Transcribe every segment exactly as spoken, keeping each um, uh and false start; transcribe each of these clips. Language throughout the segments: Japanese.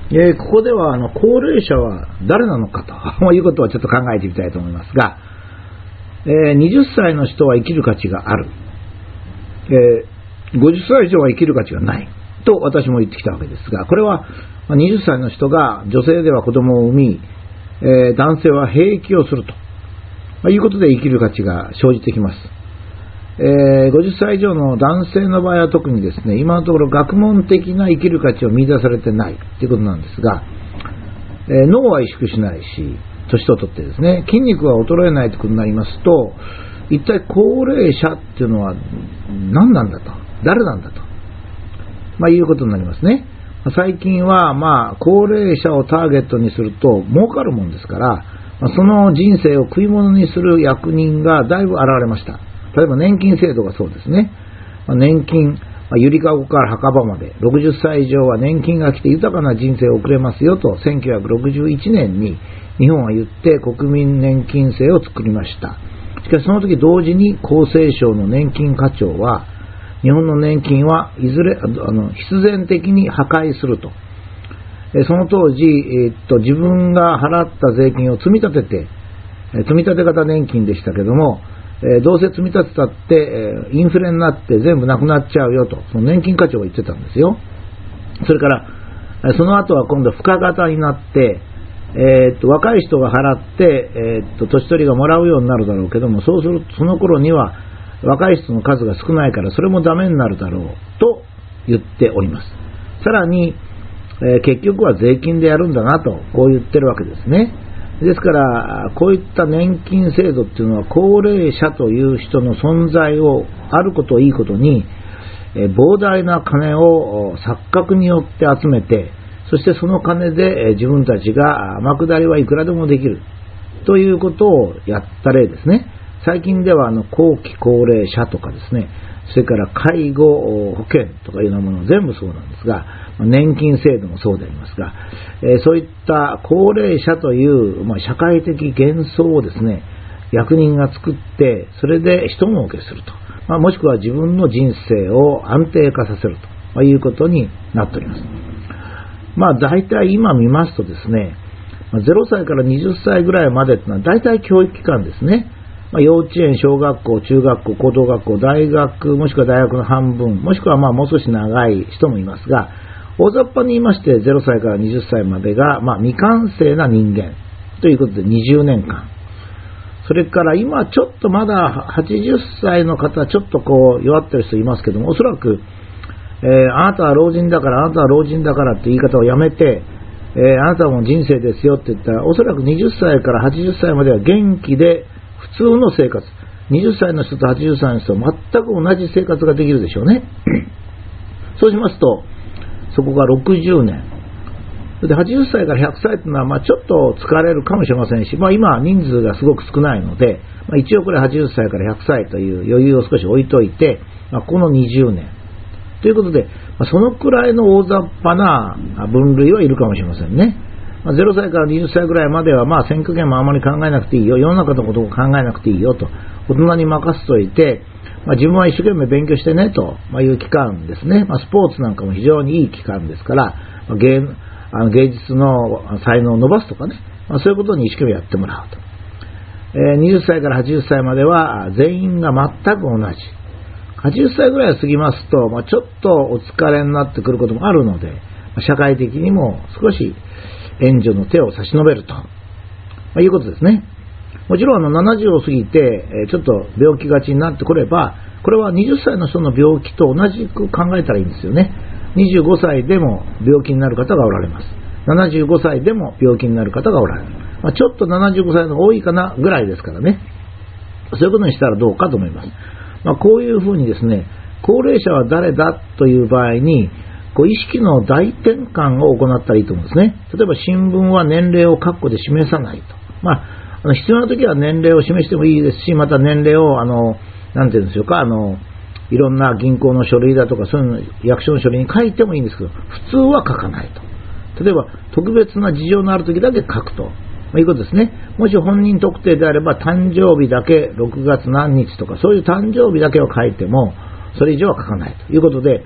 えー、ここではあの高齢者は誰なのかということをちょっと考えてみたいと思いますが、えー、にじゅっさいの人は生きる価値がある、えー、ごじゅっさい以上は生きる価値がないと私も言ってきたわけですが、これはにじゅっさいの人が女性では子供を産み、えー、男性は兵役をするということで生きる価値が生じてきます。えー、ごじゅっさい以上の男性の場合は特にですね、今のところ学問的な生きる価値を見出されてないということなんですが、えー、脳は萎縮しないし、年を取ってですね、筋肉は衰えないということになりますと、一体高齢者っていうのは何なんだと、誰なんだと、まあ、いうことになりますね。最近はまあ高齢者をターゲットにすると儲かるもんですから、その人生を食い物にする役人がだいぶ現れました。例えば年金制度がそうですね。年金、ゆりかごから墓場までろくじゅっさい以上は年金が来て豊かな人生を送れますよとせんきゅうひゃくろくじゅういちねんに日本は言って国民年金制を作りました。しかしその時同時に厚生省の年金課長は、日本の年金はいずれあの必然的に破壊すると。その当時、えー、っと自分が払った税金を積み立てて、積み立て型年金でしたけども、えー、どうせ積み立てたって、えー、インフレになって全部なくなっちゃうよと、その年金課長が言ってたんですよ。それからその後は今度付加型になって、えー、っと若い人が払って、えー、っと年取りがもらうようになるだろうけども、そうするとその頃には若い人の数が少ないからそれもダメになるだろうと言っております。さらに、えー、結局は税金でやるんだなとこう言ってるわけですね。ですからこういった年金制度っていうのは高齢者という人の存在をあることをいいことに、えー、膨大な金を錯覚によって集めて、そしてその金で、えー、自分たちが天下りはいくらでもできるということをやった例ですね。最近ではあの後期高齢者とかですね、それから介護保険とかいうようなもの全部そうなんですが、年金制度もそうでありますが、えー、そういった高齢者という、まあ、社会的幻想をですね、役人が作ってそれで一儲けすると、まあ、もしくは自分の人生を安定化させると、まあ、いうことになっております。まあ大体今見ますとですね、ゼロさいからはたちぐらいまでというのは大体教育機関ですね。まあ、幼稚園、小学校、中学校、高等学校、大学、もしくは大学の半分、もしくはまあもう少し長い人もいますが、大雑把に言いましてゼロさいからはたちまでがまあ未完成な人間ということでにじゅうねんかん。それから今ちょっとまだはちじゅっさいの方ちょっとこう弱ってる人いますけども、おそらく、えー、あなたは老人だからあなたは老人だからって言い方をやめて、えー、あなたはもう人生ですよって言ったら、おそらくはたちからはちじゅっさいまでは元気で普通の生活、はたちの人とはちじゅっさいの人は全く同じ生活ができるでしょうね。そうしますとそこがろくじゅうねんで、はちじゅっさいからひゃくさいというのはまあちょっと疲れるかもしれませんし、まあ、今人数がすごく少ないので、まあ、一応これはちじゅっさいからひゃくさいという余裕を少し置いといて、まあ、このにじゅうねんということで、まあ、そのくらいの大雑把な分類はいるかもしれませんね。まあ、ゼロさいからはたちぐらいまではまあ選挙権もあまり考えなくていいよ、世の中のことを考えなくていいよと、大人に任せといて、まあ、自分は一生懸命勉強してねという期間ですね。まあ、スポーツなんかも非常にいい期間ですから、まあ、芸, あの芸術の才能を伸ばすとかね、まあ、そういうことに一生懸命やってもらうと。えー、はたちからはちじゅっさいまでは全員が全く同じ。はちじゅっさいぐらい過ぎますと、まあ、ちょっとお疲れになってくることもあるので、社会的にも少し援助の手を差し伸べると、まあ、いうことですね。もちろんあのななじゅうを過ぎてちょっと病気がちになってくれば、これははたちの人の病気と同じく考えたらいいんですよね。にじゅうごさいでも病気になる方がおられます。ななじゅうごさいでも病気になる方がおられる。まあ、ちょっとななじゅうごさいの多いかなぐらいですからね。そういうことにしたらどうかと思います。まあ、こういうふうにですね、高齢者は誰だという場合にこう意識の大転換を行ったらいいと思うんですね。例えば新聞は年齢を括弧で示さないと。まあ、あの必要な時は年齢を示してもいいですし、また年齢をあのなんていうんでしょうか、あのいろんな銀行の書類だとかそういうの役所の書類に書いてもいいんですけど、普通は書かないと。例えば特別な事情のある時だけ書くと、まあ、いうことですね。もし本人特定であれば誕生日だけろくがつ何日とかそういう誕生日だけを書いてもそれ以上は書かないということで、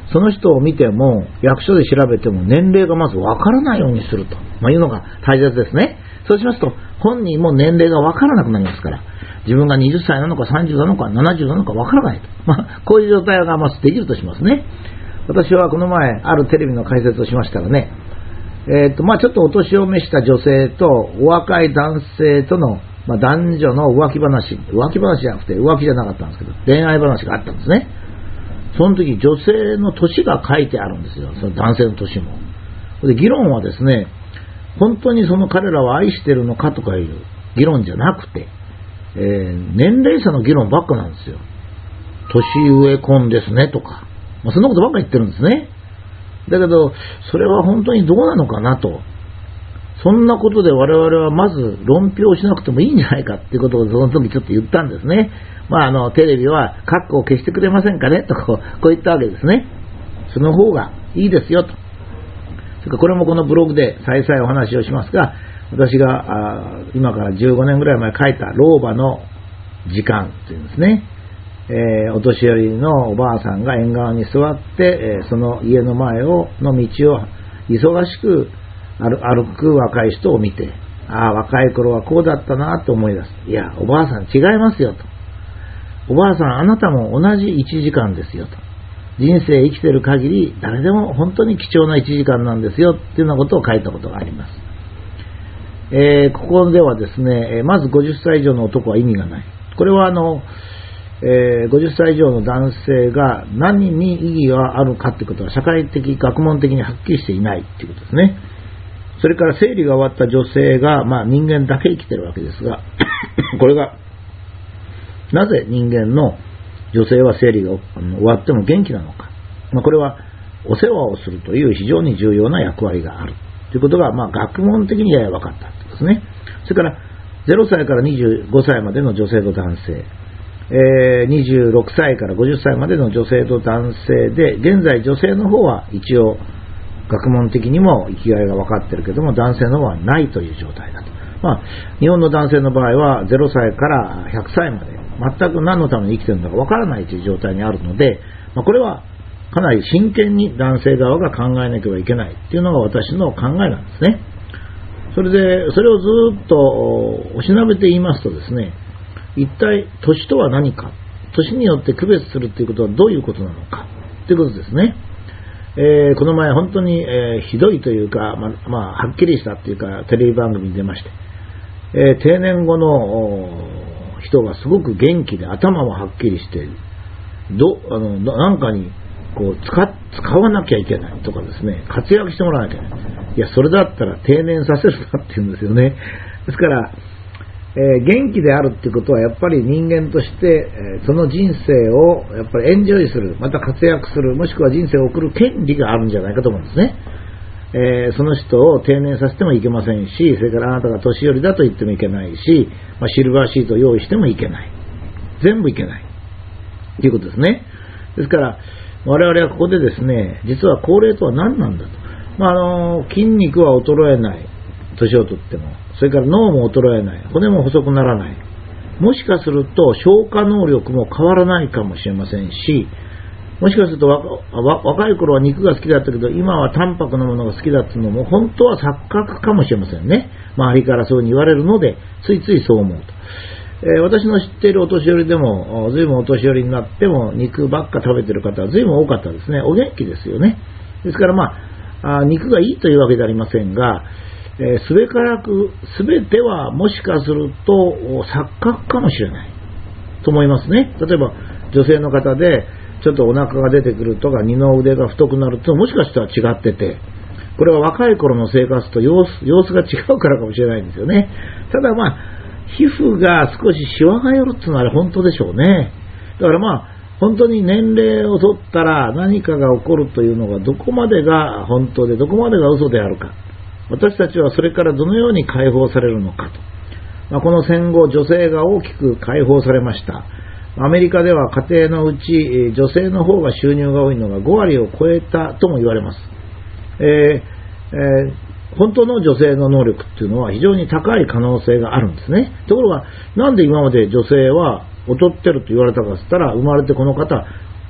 その人を見ても役所で調べても年齢がまずわからないようにすると、まあ、いうのが大切ですね。そうしますと本人も年齢がわからなくなりますから、自分がはたちなのかさんじゅうなのかななじゅうなのかわからないと、まあ、こういう状態がまずできるとしますね。私はこの前あるテレビの解説をしましたらね、えーとまあ、ちょっとお年を召した女性とお若い男性との、まあ、男女の浮気話浮気話じゃなくて浮気じゃなかったんですけど恋愛話があったんですね。その時女性の年が書いてあるんですよ、その男性の年も。で議論はですね、本当にその彼らを愛してるのかとかいう議論じゃなくて、えー、年齢差の議論ばっかなんですよ。年上婚ですねとか、まあ、そんなことばっか言ってるんですね。だけどそれは本当にどうなのかなと、そんなことで我々はまず論評しなくてもいいんじゃないかっていうことをその時ちょっと言ったんですね。まああのテレビはカッコを消してくれませんかねとこう、こう言ったわけですね。その方がいいですよと。それからこれもこのブログで再々お話をしますが、私があ今からじゅうごねんぐらい前書いた老婆の時間というんですね。えー、お年寄りのおばあさんが縁側に座って、えー、その家の前をの道を忙しく歩, 歩く若い人を見て、ああ若い頃はこうだったなと思い出す。いやおばあさん違いますよと。おばあさんあなたも同じいちじかんですよと。人生生きてる限り誰でも本当に貴重ないちじかんなんですよっていうようなことを書いたことがあります。えー、ここではですね、まずごじゅっさい以上の男は意味がない。これはあの、えー、ごじゅっさい以上の男性が何に意義があるかということは社会的学問的にはっきりしていないということですね。それから生理が終わった女性が、まあ、人間だけ生きてるわけですがこれがなぜ人間の女性は生理が終わっても元気なのか、まあ、これはお世話をするという非常に重要な役割があるということが、まあ、学問的にやや分かったということですね。それからゼロさいからにじゅうごさいまでの女性と男性、えー、にじゅうろくさいからごじゅっさいまでの女性と男性で、現在女性の方は一応学問的にも生きがいが分かっているけども男性の方はないという状態だと。まあ、日本の男性の場合はゼロさいからひゃくさいまで全く何のために生きているのか分からないという状態にあるので、まあ、これはかなり真剣に男性側が考えなければいけないというのが私の考えなんですね。それでそれをずっとおしなべて言いますとですね、一体年とは何か、年によって区別するということはどういうことなのかということですね。えー、この前本当に、えー、ひどいというか、まあまあ、はっきりしたというかテレビ番組に出まして、えー、定年後の人がすごく元気で頭もはっきりしてどあのなんかにこう 使, 使わなきゃいけないとかですね、活躍してもらわなきゃいけない。いやそれだったら定年させるなって言うんですよね。ですからえー、元気であるっていうことはやっぱり人間として、えー、その人生をやっぱりエンジョイする、また活躍する、もしくは人生を送る権利があるんじゃないかと思うんですね。えー、その人を定年させてもいけませんし、それからあなたが年寄りだと言ってもいけないし、まあ、シルバーシートを用意してもいけない、全部いけないということですね。ですから我々はここでですね、実は高齢とは何なんだと、まあ、あの筋肉は衰えない、年をとっても、それから脳も衰えない、骨も細くならない、もしかすると消化能力も変わらないかもしれませんし、もしかすると若い頃は肉が好きだったけど今はタンパクのものが好きだっていうのも本当は錯覚かもしれませんね。周りからそういうふうに言われるのでついついそう思うと、えー、私の知っているお年寄りでも随分お年寄りになっても肉ばっか食べてる方は随分多かったですね。お元気ですよね。ですからまあ、あ肉がいいというわけではありませんが、えー、すべからく全てはもしかすると錯覚かもしれないと思いますね。例えば女性の方でちょっとお腹が出てくるとか二の腕が太くなるともしかしたら違ってて、これは若い頃の生活と様子、様子が違うからかもしれないんですよね。ただまあ皮膚が少しシワが寄るっていうのは本当でしょうね。だからまあ本当に年齢を取ったら何かが起こるというのがどこまでが本当でどこまでが嘘であるか、私たちはそれからどのように解放されるのかと、まあ、この戦後女性が大きく解放されました。アメリカでは家庭のうち女性の方が収入が多いのがごわりを超えたとも言われます。えーえー、本当の女性の能力っていうのは非常に高い可能性があるんですね。ところがなんで今まで女性は劣ってると言われたかと言ったら、生まれてこの方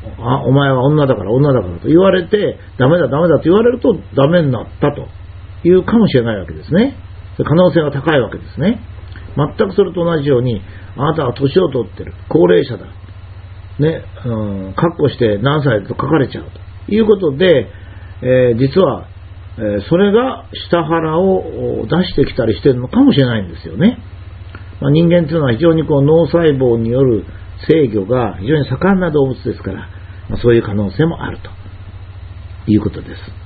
あ、お前は女だから女だからと言われて、ダメだダメだと言われるとダメになったというかもしれないわけですね。可能性が高いわけですね。全くそれと同じように、あなたは年を取ってる、高齢者だ、ね、うん、確保して何歳だと書かれちゃうということで、えー、実は、えー、それが下腹を出してきたりしてるのかもしれないんですよね。まあ、人間というのは非常にこう脳細胞による制御が非常に盛んな動物ですから、まあ、そういう可能性もあるということです。